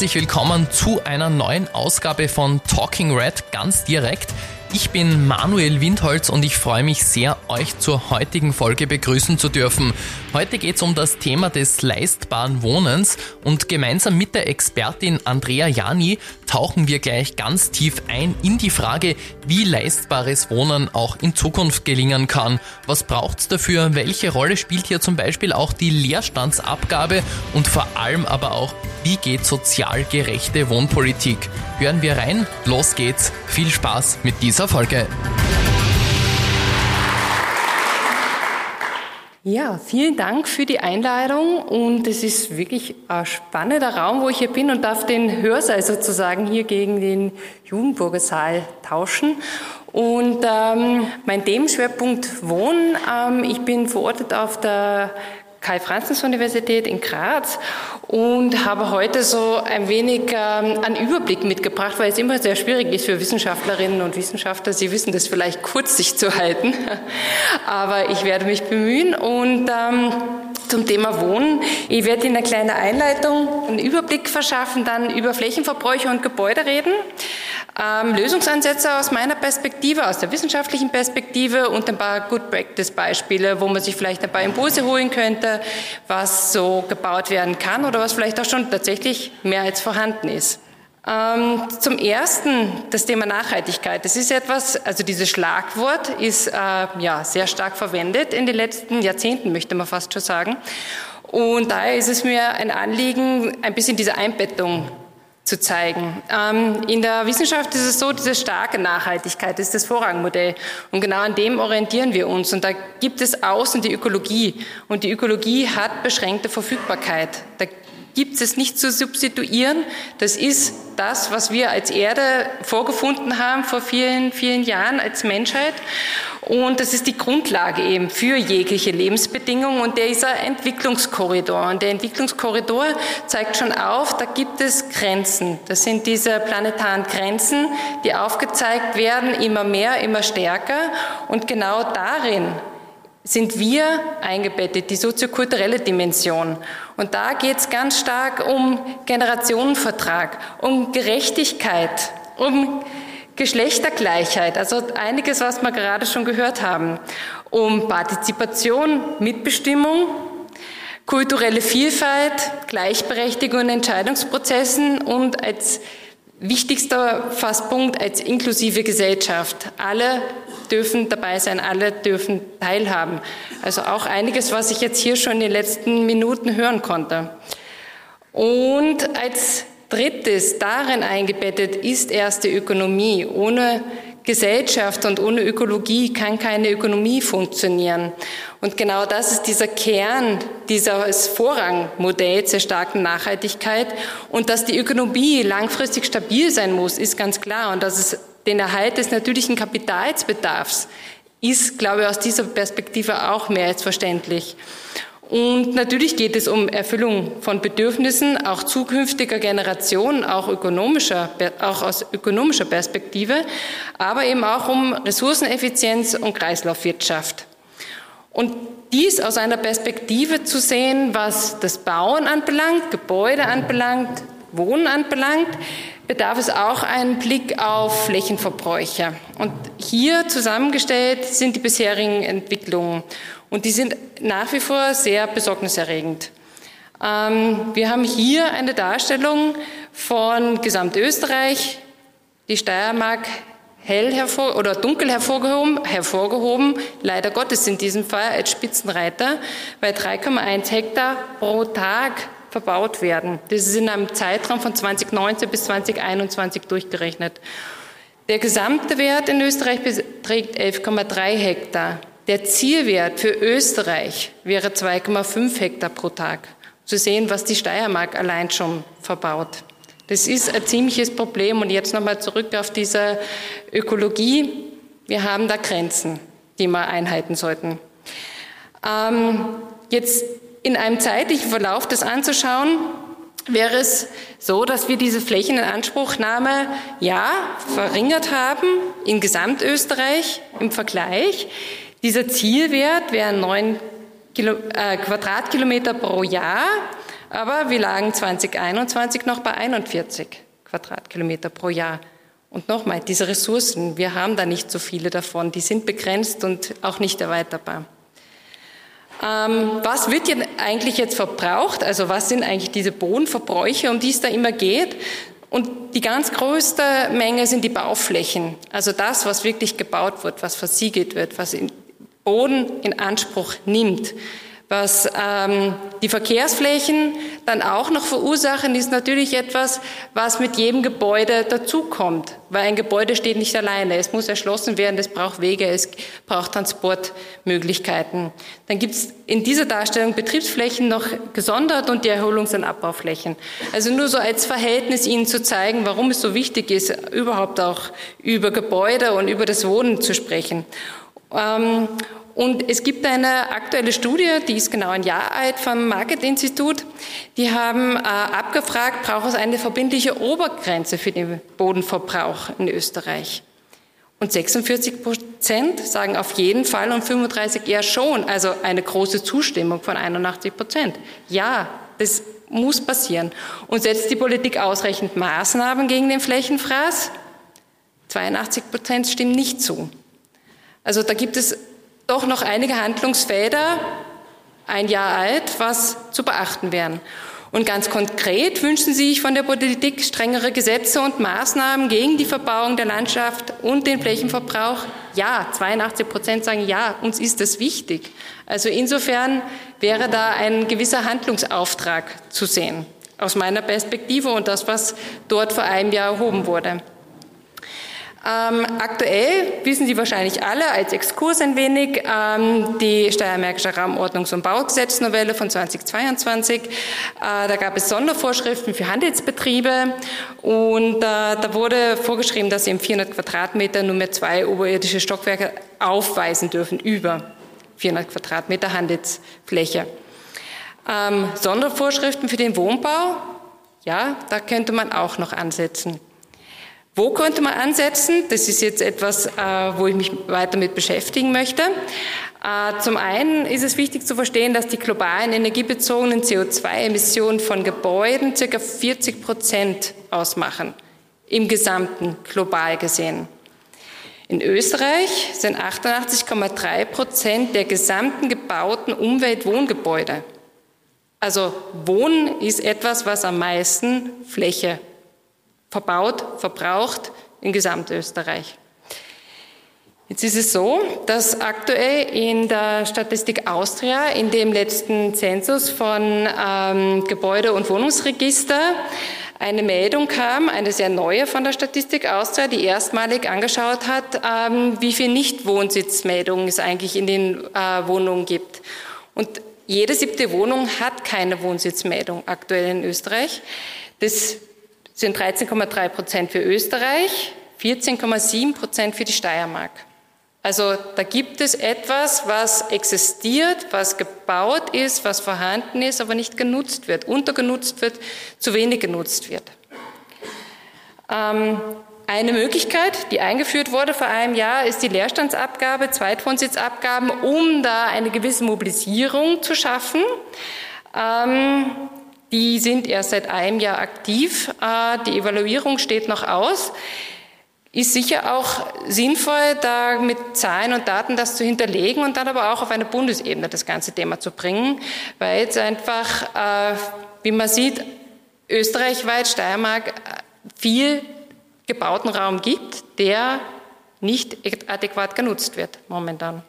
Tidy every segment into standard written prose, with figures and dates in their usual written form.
herzlich willkommen zu einer neuen Ausgabe von Talking Red ganz direkt. Ich bin Manuel Windholz und ich freue mich sehr, euch zur heutigen Folge begrüßen zu dürfen. Heute geht es um das Thema des leistbaren Wohnens und gemeinsam mit der Expertin Andrea Jani tauchen wir gleich ganz tief ein in die Frage, wie leistbares Wohnen auch in Zukunft gelingen kann. Was braucht's dafür? Welche Rolle spielt hier zum Beispiel auch die Leerstandsabgabe? Und vor allem aber auch, wie geht sozial gerechte Wohnpolitik? Hören wir rein, los geht's. Viel Spaß mit dieser Folge. Ja, vielen Dank für die Einladung und es ist wirklich ein spannender Raum, wo ich hier bin und darf den Hörsaal sozusagen hier gegen den Judenburger Saal tauschen. Und mein Themenschwerpunkt Wohnen, ich bin verortet auf der Karl-Franzens-Universität in Graz und habe heute so ein wenig einen Überblick mitgebracht, weil es immer sehr schwierig ist für Wissenschaftlerinnen und Wissenschaftler, Sie wissen das vielleicht kurz sich zu halten, aber ich werde mich bemühen und zum Thema Wohnen. Ich werde Ihnen eine kleine Einleitung, einen Überblick verschaffen, dann über Flächenverbräuche und Gebäude reden, Lösungsansätze aus meiner Perspektive, aus der wissenschaftlichen Perspektive und ein paar Good-Practice-Beispiele, wo man sich vielleicht ein paar Impulse holen könnte, was so gebaut werden kann oder was vielleicht auch schon tatsächlich mehr als vorhanden ist. Zum Ersten das Thema Nachhaltigkeit. Das ist etwas, also dieses Schlagwort ist sehr stark verwendet in den letzten Jahrzehnten, möchte man fast schon sagen. Und daher ist es mir ein Anliegen, ein bisschen diese Einbettung zu zeigen. In der Wissenschaft ist es so, diese starke Nachhaltigkeit ist das Vorrangmodell. Und genau an dem orientieren wir uns. Und da gibt es außen die Ökologie. Und die Ökologie hat beschränkte Verfügbarkeit. Da gibt es nicht zu substituieren. Das ist das, was wir als Erde vorgefunden haben vor vielen, vielen Jahren als Menschheit. Und das ist die Grundlage eben für jegliche Lebensbedingungen und dieser Entwicklungskorridor. Und der Entwicklungskorridor zeigt schon auf, da gibt es Grenzen. Das sind diese planetaren Grenzen, die aufgezeigt werden, immer mehr, immer stärker. Und genau darin sind wir eingebettet, die soziokulturelle Dimension. Und da geht es ganz stark um Generationenvertrag, um Gerechtigkeit, um Geschlechtergleichheit, also einiges, was wir gerade schon gehört haben, um Partizipation, Mitbestimmung, kulturelle Vielfalt, Gleichberechtigung in Entscheidungsprozessen und als wichtigster Fastpunkt als inklusive Gesellschaft. Alle dürfen dabei sein, alle dürfen teilhaben. Also auch einiges, was ich jetzt hier schon in den letzten Minuten hören konnte. Und als Drittes darin eingebettet ist erst die Ökonomie. Ohne Gesellschaft und ohne Ökologie kann keine Ökonomie funktionieren. Und genau das ist dieser Kern dieses Vorrangmodells der starken Nachhaltigkeit. Und dass die Ökonomie langfristig stabil sein muss, ist ganz klar. Und dass es den Erhalt des natürlichen Kapitalsbedarfs ist, glaube ich, aus dieser Perspektive auch mehr als verständlich. Und natürlich geht es um Erfüllung von Bedürfnissen, auch zukünftiger Generationen, auch aus ökonomischer Perspektive, aber eben auch um Ressourceneffizienz und Kreislaufwirtschaft. Und dies aus einer Perspektive zu sehen, was das Bauen anbelangt, Gebäude anbelangt, Wohnen anbelangt, bedarf es auch einen Blick auf Flächenverbräuche. Und hier zusammengestellt sind die bisherigen Entwicklungen. Und die sind nach wie vor sehr besorgniserregend. Wir haben hier eine Darstellung von Gesamtösterreich, die Steiermark dunkel hervorgehoben, leider Gottes in diesem Fall als Spitzenreiter, weil 3,1 Hektar pro Tag verbaut werden. Das ist in einem Zeitraum von 2019 bis 2021 durchgerechnet. Der gesamte Wert in Österreich beträgt 11,3 Hektar. Der Zielwert für Österreich wäre 2,5 Hektar pro Tag. Zu sehen, was die Steiermark allein schon verbaut. Das ist ein ziemliches Problem. Und jetzt nochmal zurück auf diese Ökologie. Wir haben da Grenzen, die wir einhalten sollten. Jetzt in einem zeitlichen Verlauf das anzuschauen, wäre es so, dass wir diese Flächeninanspruchnahme verringert haben in Gesamtösterreich im Vergleich. Dieser Zielwert wären 9 Quadratkilometer pro Jahr, Aber wir lagen 2021 noch bei 41 Quadratkilometer pro Jahr. Und nochmal, diese Ressourcen, wir haben da nicht so viele davon, die sind begrenzt und auch nicht erweiterbar. Was wird eigentlich jetzt verbraucht? Also was sind eigentlich diese Bodenverbräuche, um die es da immer geht? Und die ganz größte Menge sind die Bauflächen. Also das, was wirklich gebaut wird, was versiegelt wird, was Boden in Anspruch nimmt. Was die Verkehrsflächen dann auch noch verursachen, ist natürlich etwas, was mit jedem Gebäude dazukommt. Weil ein Gebäude steht nicht alleine. Es muss erschlossen werden, es braucht Wege, es braucht Transportmöglichkeiten. Dann gibt es in dieser Darstellung Betriebsflächen noch gesondert und die Erholungs- und Abbauflächen. Also nur so als Verhältnis Ihnen zu zeigen, warum es so wichtig ist, überhaupt auch über Gebäude und über das Wohnen zu sprechen. Und es gibt eine aktuelle Studie, die ist genau ein Jahr alt, vom Market-Institut. Die haben abgefragt, braucht es eine verbindliche Obergrenze für den Bodenverbrauch in Österreich? Und 46% sagen auf jeden Fall und 35% eher schon, also eine große Zustimmung von 81%. Ja, das muss passieren. Und setzt die Politik ausreichend Maßnahmen gegen den Flächenfraß? 82% stimmen nicht zu. Also da gibt es doch noch einige Handlungsfelder, ein Jahr alt, was zu beachten wären. Und ganz konkret wünschen Sie sich von der Politik strengere Gesetze und Maßnahmen gegen die Verbauung der Landschaft und den Flächenverbrauch? Ja, 82% sagen ja, uns ist das wichtig. Also insofern wäre da ein gewisser Handlungsauftrag zu sehen, aus meiner Perspektive und das, was dort vor einem Jahr erhoben wurde. Aktuell wissen Sie wahrscheinlich alle, als Exkurs ein wenig, die Steiermärkische Raumordnungs- und Baugesetznovelle von 2022. Da gab es Sondervorschriften für Handelsbetriebe und da wurde vorgeschrieben, dass sie im 400 Quadratmeter nur mehr 2 oberirdische Stockwerke aufweisen dürfen, über 400 Quadratmeter Handelsfläche. Sondervorschriften für den Wohnbau, ja, da könnte man auch noch ansetzen. Wo könnte man ansetzen? Das ist jetzt etwas, wo ich mich weiter mit beschäftigen möchte. Zum einen ist es wichtig zu verstehen, dass die globalen energiebezogenen CO2-Emissionen von Gebäuden ca. 40% ausmachen, im Gesamten global gesehen. In Österreich sind 88,3% der gesamten gebauten Umweltwohngebäude. Also Wohnen ist etwas, was am meisten Fläche verbaut, verbraucht in Gesamtösterreich. Jetzt ist es so, dass aktuell in der Statistik Austria, in dem letzten Zensus von Gebäude- und Wohnungsregister, eine Meldung kam, eine sehr neue von der Statistik Austria, die erstmalig angeschaut hat, wie viel Nicht-Wohnsitzmeldungen es eigentlich in den Wohnungen gibt. Und jede 7. Wohnung hat keine Wohnsitzmeldung aktuell in Österreich. Das sind 13,3% für Österreich, 14,7% für die Steiermark. Also da gibt es etwas, was existiert, was gebaut ist, was vorhanden ist, aber nicht genutzt wird, untergenutzt wird, zu wenig genutzt wird. Eine Möglichkeit, die eingeführt wurde vor einem Jahr, ist die Leerstandsabgabe, Zweitwohnsitzabgaben, um da eine gewisse Mobilisierung zu schaffen. Die sind erst seit einem Jahr aktiv. Die Evaluierung steht noch aus. Ist sicher auch sinnvoll, da mit Zahlen und Daten das zu hinterlegen und dann aber auch auf eine Bundesebene das ganze Thema zu bringen, weil es einfach, wie man sieht, österreichweit, Steiermark, viel gebauten Raum gibt, der nicht adäquat genutzt wird momentan.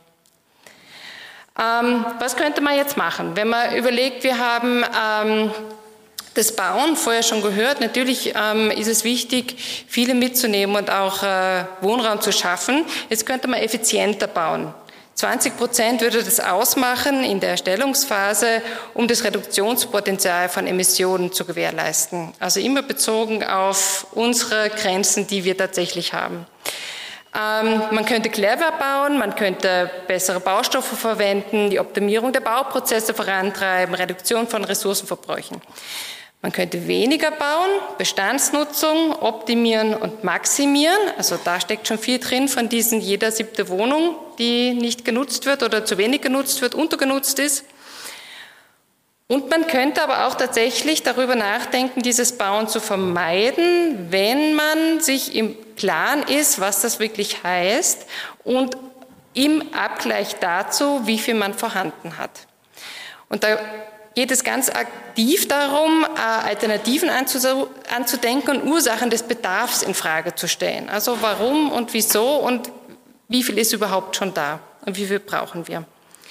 Was könnte man jetzt machen? Wenn man überlegt, wir haben das Bauen vorher schon gehört, natürlich ist es wichtig, viele mitzunehmen und auch Wohnraum zu schaffen. Jetzt könnte man effizienter bauen. 20% würde das ausmachen in der Erstellungsphase, um das Reduktionspotenzial von Emissionen zu gewährleisten. Also immer bezogen auf unsere Grenzen, die wir tatsächlich haben. Man könnte clever bauen, man könnte bessere Baustoffe verwenden, die Optimierung der Bauprozesse vorantreiben, Reduktion von Ressourcenverbräuchen. Man könnte weniger bauen, Bestandsnutzung optimieren und maximieren. Also da steckt schon viel drin von diesen jeder 7. Wohnung, die nicht genutzt wird oder zu wenig genutzt wird, untergenutzt ist. Und man könnte aber auch tatsächlich darüber nachdenken, dieses Bauen zu vermeiden, wenn man sich im Klaren ist, was das wirklich heißt und im Abgleich dazu, wie viel man vorhanden hat. Und da geht es ganz aktiv darum, Alternativen anzudenken und Ursachen des Bedarfs in Frage zu stellen. Also warum und wieso und wie viel ist überhaupt schon da und wie viel brauchen wir.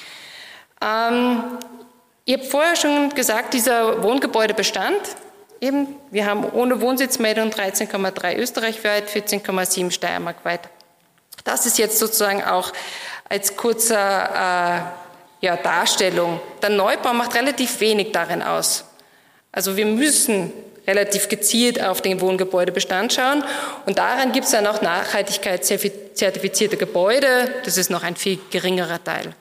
Ich habe vorher schon gesagt, dieser Wohngebäudebestand, eben, wir haben ohne Wohnsitzmeldung 13,3 österreichweit, 14,7 steiermarkweit. Das ist jetzt sozusagen auch als kurzer Darstellung. Der Neubau macht relativ wenig darin aus. Also wir müssen relativ gezielt auf den Wohngebäudebestand schauen und daran gibt es dann auch nachhaltigkeitszertifizierte Gebäude, das ist noch ein viel geringerer Teil.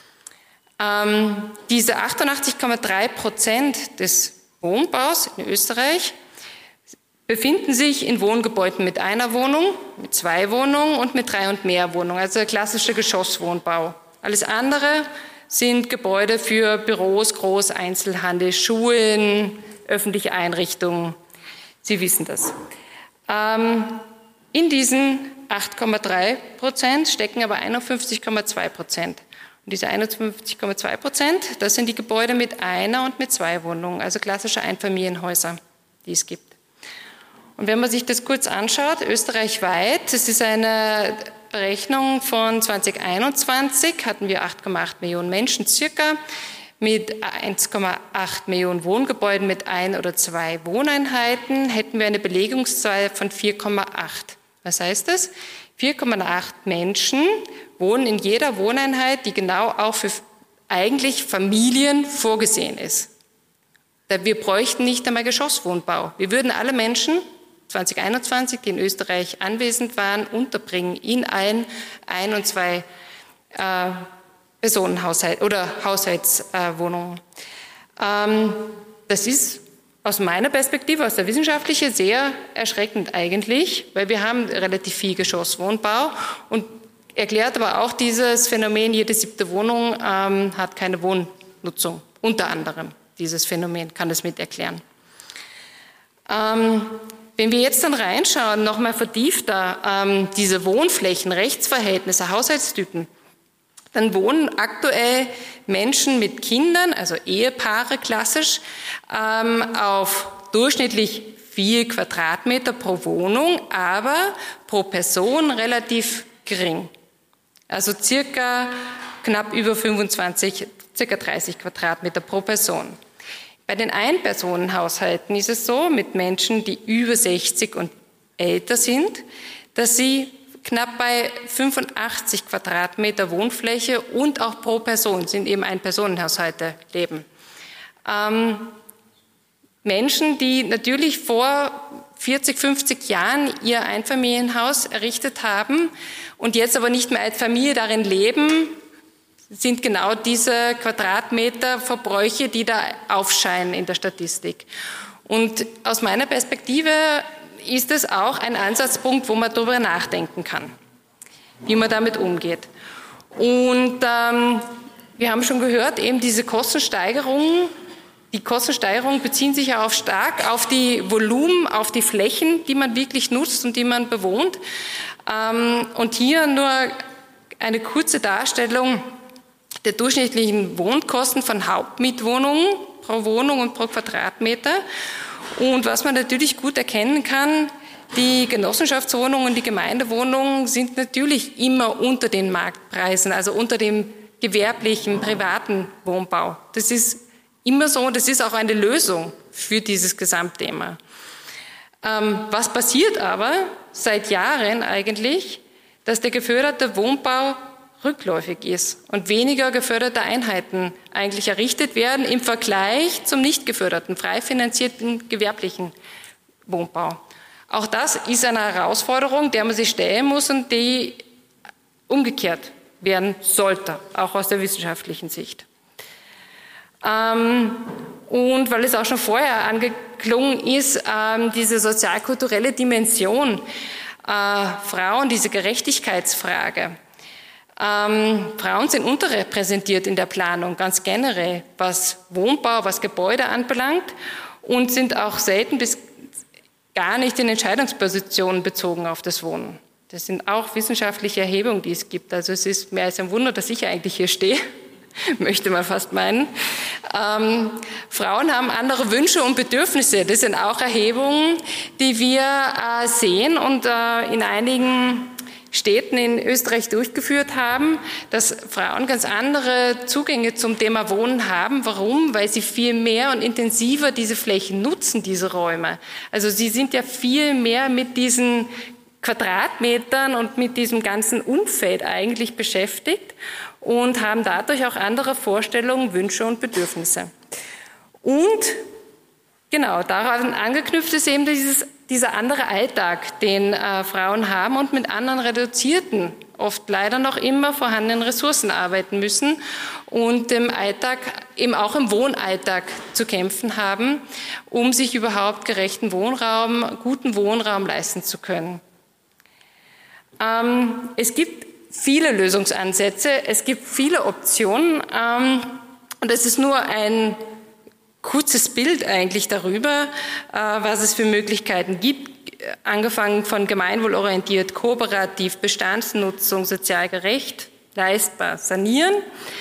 Diese 88,3% des Wohnbaus in Österreich befinden sich in Wohngebäuden mit einer Wohnung, mit 2 Wohnungen und mit 3 und mehr Wohnungen, also der klassische Geschosswohnbau. Alles andere sind Gebäude für Büros, Großeinzelhandel, Schulen, öffentliche Einrichtungen. Sie wissen das. In diesen 8,3% stecken aber 51,2%. Und diese 51,2%, das sind die Gebäude mit 1 und mit 2 Wohnungen, also klassische Einfamilienhäuser, die es gibt. Und wenn man sich das kurz anschaut, österreichweit, das ist eine Berechnung von 2021, hatten wir 8,8 Millionen Menschen circa, mit 1,8 Millionen Wohngebäuden mit 1 oder 2 Wohneinheiten, hätten wir eine Belegungszahl von 4,8. Was heißt das? 4,8 Menschen wohnen in jeder Wohneinheit, die genau auch für eigentlich Familien vorgesehen ist. Wir bräuchten nicht einmal Geschosswohnbau. Wir würden alle Menschen 2021, die in Österreich anwesend waren, unterbringen in ein- und 2 Personenhaushalt oder Haushaltswohnungen. Das ist aus meiner Perspektive, aus der wissenschaftlichen, sehr erschreckend eigentlich, weil wir haben relativ viel Geschosswohnbau und erklärt aber auch dieses Phänomen, jede 7. Wohnung hat keine Wohnnutzung. Unter anderem dieses Phänomen kann das mit erklären. Wenn wir jetzt dann reinschauen, nochmal vertiefter, diese Wohnflächen, Rechtsverhältnisse, Haushaltstypen, dann wohnen aktuell Menschen mit Kindern, also Ehepaare klassisch, auf durchschnittlich 4 Quadratmeter pro Wohnung, aber pro Person relativ gering. Also circa knapp über 25, circa 30 Quadratmeter pro Person. Bei den Einpersonenhaushalten ist es so, mit Menschen, die über 60 und älter sind, dass sie knapp bei 85 Quadratmeter Wohnfläche und auch pro Person sind eben Einpersonenhaushalte leben. Menschen, die natürlich vor 40, 50 Jahren ihr Einfamilienhaus errichtet haben und jetzt aber nicht mehr als Familie darin leben, sind genau diese Quadratmeterverbräuche, die da aufscheinen in der Statistik. Und aus meiner Perspektive ist es auch ein Ansatzpunkt, wo man darüber nachdenken kann, wie man damit umgeht. Und wir haben schon gehört, eben diese Kostensteigerungen, die Kostensteigerungen beziehen sich ja stark auf die Volumen, auf die Flächen, die man wirklich nutzt und die man bewohnt. Und hier nur eine kurze Darstellung der durchschnittlichen Wohnkosten von Hauptmietwohnungen pro Wohnung und pro Quadratmeter. Und was man natürlich gut erkennen kann, die Genossenschaftswohnungen und die Gemeindewohnungen sind natürlich immer unter den Marktpreisen, also unter dem gewerblichen, privaten Wohnbau. Das ist immer so und das ist auch eine Lösung für dieses Gesamtthema. Was passiert aber seit Jahren eigentlich, dass der geförderte Wohnbau rückläufig ist und weniger geförderte Einheiten eigentlich errichtet werden im Vergleich zum nicht geförderten, frei finanzierten gewerblichen Wohnbau. Auch das ist eine Herausforderung, der man sich stellen muss und die umgekehrt werden sollte, auch aus der wissenschaftlichen Sicht. Und weil es auch schon vorher angeklungen ist, diese sozialkulturelle Dimension, Frauen, diese Gerechtigkeitsfrage. Frauen sind unterrepräsentiert in der Planung, ganz generell, was Wohnbau, was Gebäude anbelangt und sind auch selten bis gar nicht in Entscheidungspositionen bezogen auf das Wohnen. Das sind auch wissenschaftliche Erhebungen, die es gibt. Also es ist mehr als ein Wunder, dass ich eigentlich hier stehe, möchte man fast meinen. Frauen haben andere Wünsche und Bedürfnisse. Das sind auch Erhebungen, die wir sehen und in einigen Städten in Österreich durchgeführt haben, dass Frauen ganz andere Zugänge zum Thema Wohnen haben. Warum? Weil sie viel mehr und intensiver diese Flächen nutzen, diese Räume. Also sie sind ja viel mehr mit diesen Quadratmetern und mit diesem ganzen Umfeld eigentlich beschäftigt und haben dadurch auch andere Vorstellungen, Wünsche und Bedürfnisse. Und genau, daran angeknüpft ist eben dieser andere Alltag, den Frauen haben und mit anderen reduzierten, oft leider noch immer vorhandenen Ressourcen arbeiten müssen und im Alltag, eben auch im Wohnalltag zu kämpfen haben, um sich überhaupt gerechten Wohnraum, guten Wohnraum leisten zu können. Es gibt viele Lösungsansätze, es gibt viele Optionen und es ist nur ein kurzes Bild eigentlich darüber, was es für Möglichkeiten gibt, angefangen von gemeinwohlorientiert, kooperativ, Bestandsnutzung, sozial gerecht, leistbar, sanieren.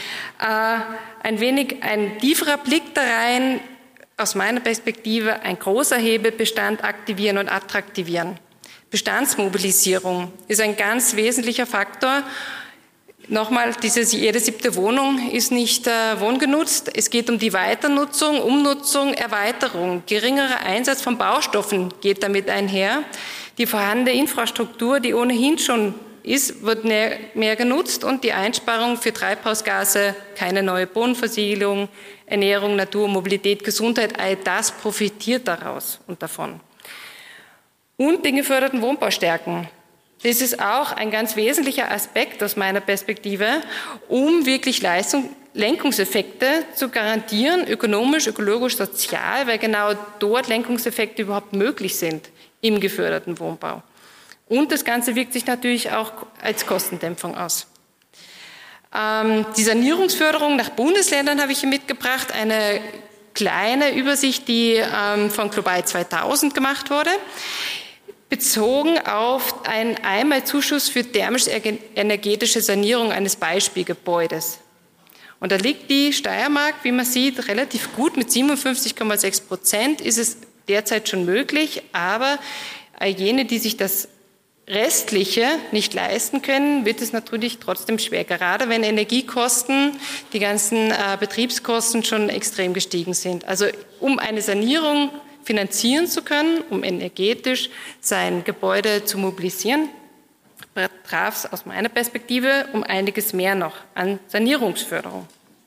Ein tieferer Blick da rein, aus meiner Perspektive ein großer Hebel, Bestand aktivieren und attraktivieren. Bestandsmobilisierung ist ein ganz wesentlicher Faktor. Nochmal, jede 7. Wohnung ist nicht wohngenutzt. Es geht um die Weiternutzung, Umnutzung, Erweiterung. Geringerer Einsatz von Baustoffen geht damit einher. Die vorhandene Infrastruktur, die ohnehin schon ist, wird mehr genutzt und die Einsparung für Treibhausgase, keine neue Bodenversiegelung, Ernährung, Natur, Mobilität, Gesundheit, all das profitiert daraus und davon. Und den geförderten Wohnbau stärken. Das ist auch ein ganz wesentlicher Aspekt aus meiner Perspektive, um wirklich Lenkungseffekte zu garantieren, ökonomisch, ökologisch, sozial, weil genau dort Lenkungseffekte überhaupt möglich sind im geförderten Wohnbau. Und das Ganze wirkt sich natürlich auch als Kostendämpfung aus. Die Sanierungsförderung nach Bundesländern habe ich hier mitgebracht, eine kleine Übersicht, die von Global 2000 gemacht wurde, bezogen auf einen Einmalzuschuss für thermisch-energetische Sanierung eines Beispielgebäudes. Und da liegt die Steiermark, wie man sieht, relativ gut. Mit 57,6% ist es derzeit schon möglich, aber jene, die sich das Restliche nicht leisten können, wird es natürlich trotzdem schwer, gerade wenn Energiekosten, die ganzen Betriebskosten schon extrem gestiegen sind. Also um eine Sanierung finanzieren zu können, um energetisch sein Gebäude zu mobilisieren, betraf es aus meiner Perspektive um einiges mehr noch an Sanierungsförderung.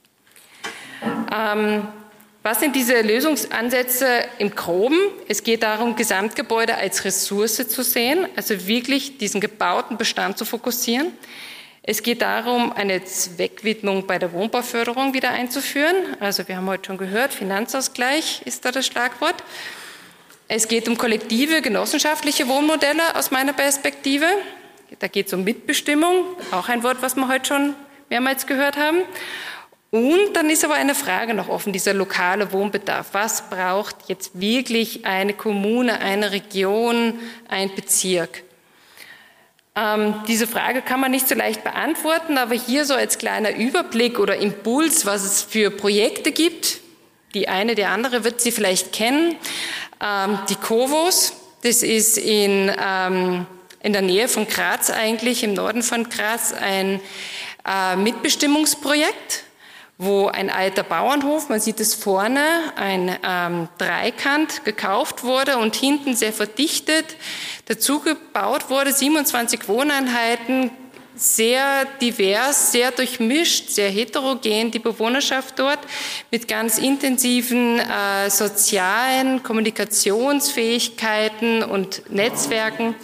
Was sind diese Lösungsansätze im Groben? Es geht darum, Gesamtgebäude als Ressource zu sehen, also wirklich diesen gebauten Bestand zu fokussieren. Es geht darum, eine Zweckwidmung bei der Wohnbauförderung wieder einzuführen. Also wir haben heute schon gehört, Finanzausgleich ist da das Schlagwort. Es geht um kollektive, genossenschaftliche Wohnmodelle aus meiner Perspektive. Da geht es um Mitbestimmung, auch ein Wort, was wir heute schon mehrmals gehört haben. Und dann ist aber eine Frage noch offen, dieser lokale Wohnbedarf. Was braucht jetzt wirklich eine Kommune, eine Region, ein Bezirk? Diese Frage kann man nicht so leicht beantworten, aber hier so als kleiner Überblick oder Impuls, was es für Projekte gibt. Die eine, die andere wird Sie vielleicht kennen. Die COWOS, das ist in der Nähe von Graz eigentlich, im Norden von Graz, ein Mitbestimmungsprojekt, wo ein alter Bauernhof, man sieht es vorne, ein Dreikant gekauft wurde und hinten sehr verdichtet dazu gebaut wurde, 27 Wohneinheiten, sehr divers, sehr durchmischt, sehr heterogen, die Bewohnerschaft dort, mit ganz intensiven sozialen Kommunikationsfähigkeiten und Netzwerken.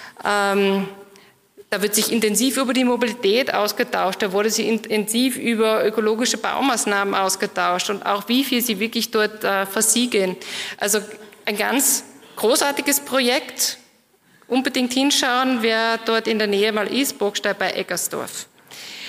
Da wird sich intensiv über die Mobilität ausgetauscht, da wurde sich intensiv über ökologische Baumaßnahmen ausgetauscht und auch wie viel sie wirklich dort versiegeln. Also ein ganz großartiges Projekt. Unbedingt hinschauen, wer dort in der Nähe mal ist, Burgstall bei Eggersdorf.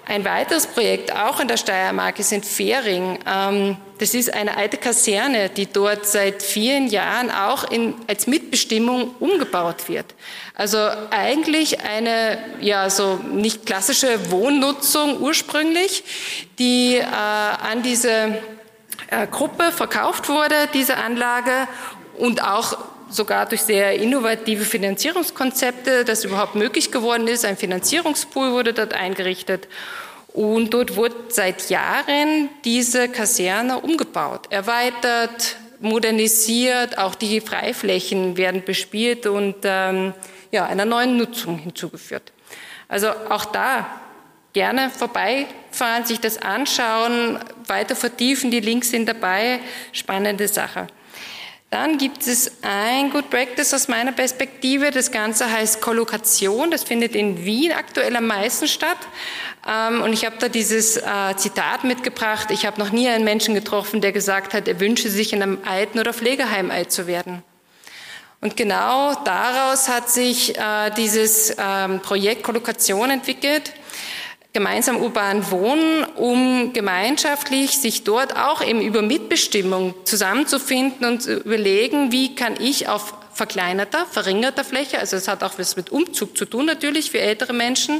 Ein weiteres Projekt, auch in der Steiermark, ist in Fähring. Das ist eine alte Kaserne, die dort seit vielen Jahren auch als Mitbestimmung umgebaut wird. Also eigentlich eine, ja, so nicht klassische Wohnnutzung ursprünglich, die an diese Gruppe verkauft wurde, diese Anlage, und auch sogar durch sehr innovative Finanzierungskonzepte, das überhaupt möglich geworden ist. Ein Finanzierungspool wurde dort eingerichtet. Und dort wird seit Jahren diese Kaserne umgebaut, erweitert, modernisiert. Auch die Freiflächen werden bespielt und einer neuen Nutzung hinzugeführt. Also auch da gerne vorbeifahren, sich das anschauen, weiter vertiefen. Die Links sind dabei. Spannende Sache. Dann gibt es ein Good Practice aus meiner Perspektive. Das Ganze heißt Kollokation. Das findet in Wien aktuell am meisten statt. Und ich habe da dieses Zitat mitgebracht. Ich habe noch nie einen Menschen getroffen, der gesagt hat, er wünsche sich in einem Alten- oder Pflegeheim alt zu werden. Und genau daraus hat sich dieses Projekt Kollokation entwickelt. Gemeinsam urban wohnen, um gemeinschaftlich sich dort auch eben über Mitbestimmung zusammenzufinden und zu überlegen, wie kann ich auf verringerter Fläche, also es hat auch was mit Umzug zu tun natürlich für ältere Menschen,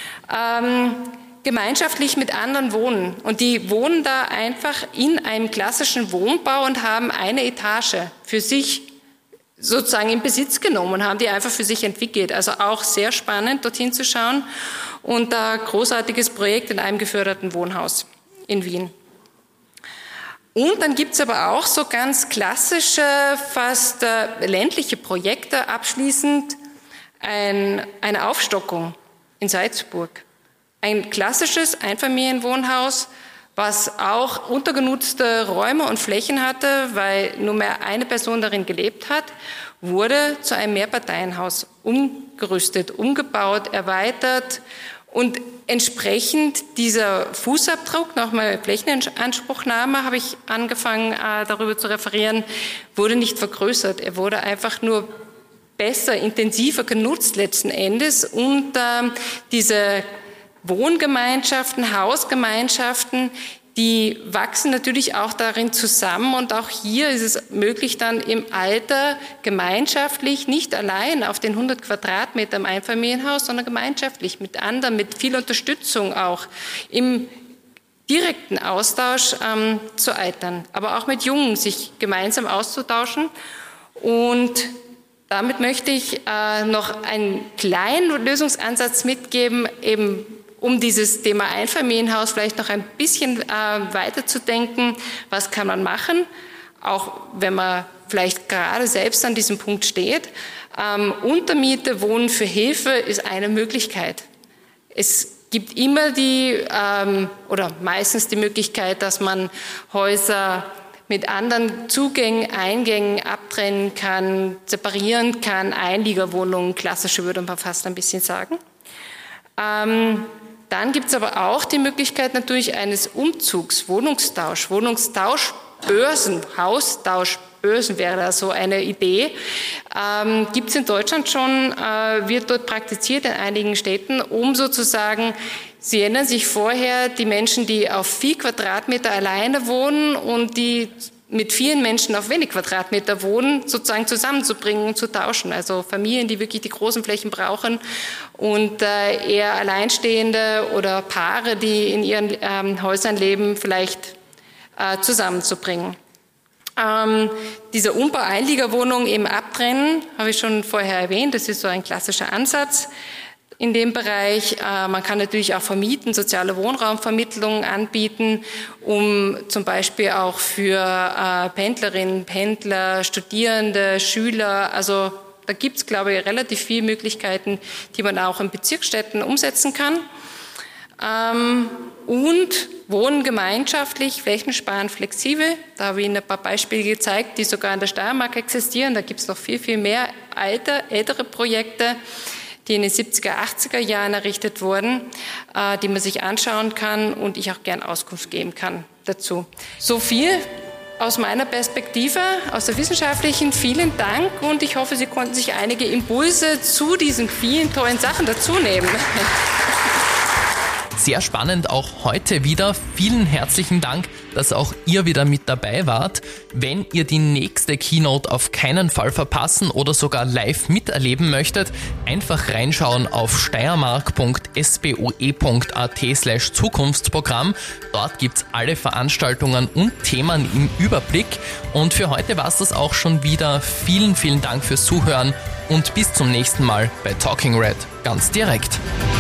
gemeinschaftlich mit anderen wohnen. Und die wohnen da einfach in einem klassischen Wohnbau und haben eine Etage für sich sozusagen in Besitz genommen und haben die einfach für sich entwickelt. Also auch sehr spannend, dorthin zu schauen. Und ein großartiges Projekt in einem geförderten Wohnhaus in Wien. Und dann gibt es aber auch so ganz klassische, fast ländliche Projekte. Abschließend eine Aufstockung in Salzburg. Ein klassisches Einfamilienwohnhaus, was auch untergenutzte Räume und Flächen hatte, weil nur mehr eine Person darin gelebt hat, wurde zu einem Mehrparteienhaus umgerüstet, umgebaut, erweitert. Und entsprechend dieser Fußabdruck, nochmal Flächenanspruchnahme, habe ich angefangen darüber zu referieren, wurde nicht vergrößert. Er wurde einfach nur besser, intensiver genutzt letzten Endes. Und diese Wohngemeinschaften, Hausgemeinschaften, die wachsen natürlich auch darin zusammen, und auch hier ist es möglich, dann im Alter gemeinschaftlich, nicht allein auf den 100 Quadratmeter im Einfamilienhaus, sondern gemeinschaftlich mit anderen, mit viel Unterstützung auch im direkten Austausch zu altern, aber auch mit Jungen sich gemeinsam auszutauschen. Und damit möchte ich noch einen kleinen Lösungsansatz mitgeben, eben um dieses Thema Einfamilienhaus vielleicht noch ein bisschen weiter zu denken. Was kann man machen, auch wenn man vielleicht gerade selbst an diesem Punkt steht? Untermiete, Wohnen für Hilfe ist eine Möglichkeit. Es gibt immer oder meistens die Möglichkeit, dass man Häuser mit anderen Zugängen, Eingängen abtrennen kann, separieren kann, Einliegerwohnungen, klassische würde man fast ein bisschen sagen. Dann gibt es aber auch die Möglichkeit natürlich eines Umzugs, Wohnungstauschbörsen, Haustauschbörsen wäre da so eine Idee. Gibt es in Deutschland schon, wird dort praktiziert in einigen Städten, um sozusagen, Sie erinnern sich vorher, die Menschen, die auf 4 Quadratmeter alleine wohnen und die mit vielen Menschen auf wenig Quadratmeter wohnen, sozusagen zusammenzubringen und zu tauschen. Also Familien, die wirklich die großen Flächen brauchen, und eher Alleinstehende oder Paare, die in ihren Häusern leben, vielleicht zusammenzubringen. Diese Umbau-Einliegerwohnung eben abtrennen, habe ich schon vorher erwähnt, das ist so ein klassischer Ansatz in dem Bereich. Man kann natürlich auch vermieten, soziale Wohnraumvermittlungen anbieten, um zum Beispiel auch für Pendlerinnen, Pendler, Studierende, Schüler, also da gibt es, glaube ich, relativ viele Möglichkeiten, die man auch in Bezirksstädten umsetzen kann. Und Wohnen gemeinschaftlich, flächensparen, flexibel. Da habe ich Ihnen ein paar Beispiele gezeigt, die sogar in der Steiermark existieren. Da gibt es noch viel, viel mehr ältere Projekte, die in den 70er, 80er Jahren errichtet wurden, die man sich anschauen kann und ich auch gern Auskunft geben kann dazu. So viel aus meiner Perspektive, aus der wissenschaftlichen. Vielen Dank, und ich hoffe, Sie konnten sich einige Impulse zu diesen vielen tollen Sachen dazu nehmen. Sehr spannend auch heute wieder. Vielen herzlichen Dank, dass auch ihr wieder mit dabei wart. Wenn ihr die nächste Keynote auf keinen Fall verpassen oder sogar live miterleben möchtet, einfach reinschauen auf steiermark.spoe.at/Zukunftsprogramm. Dort gibt's alle Veranstaltungen und Themen im Überblick. Und für heute war's das auch schon wieder. Vielen, vielen Dank fürs Zuhören und bis zum nächsten Mal bei Talking Red ganz direkt.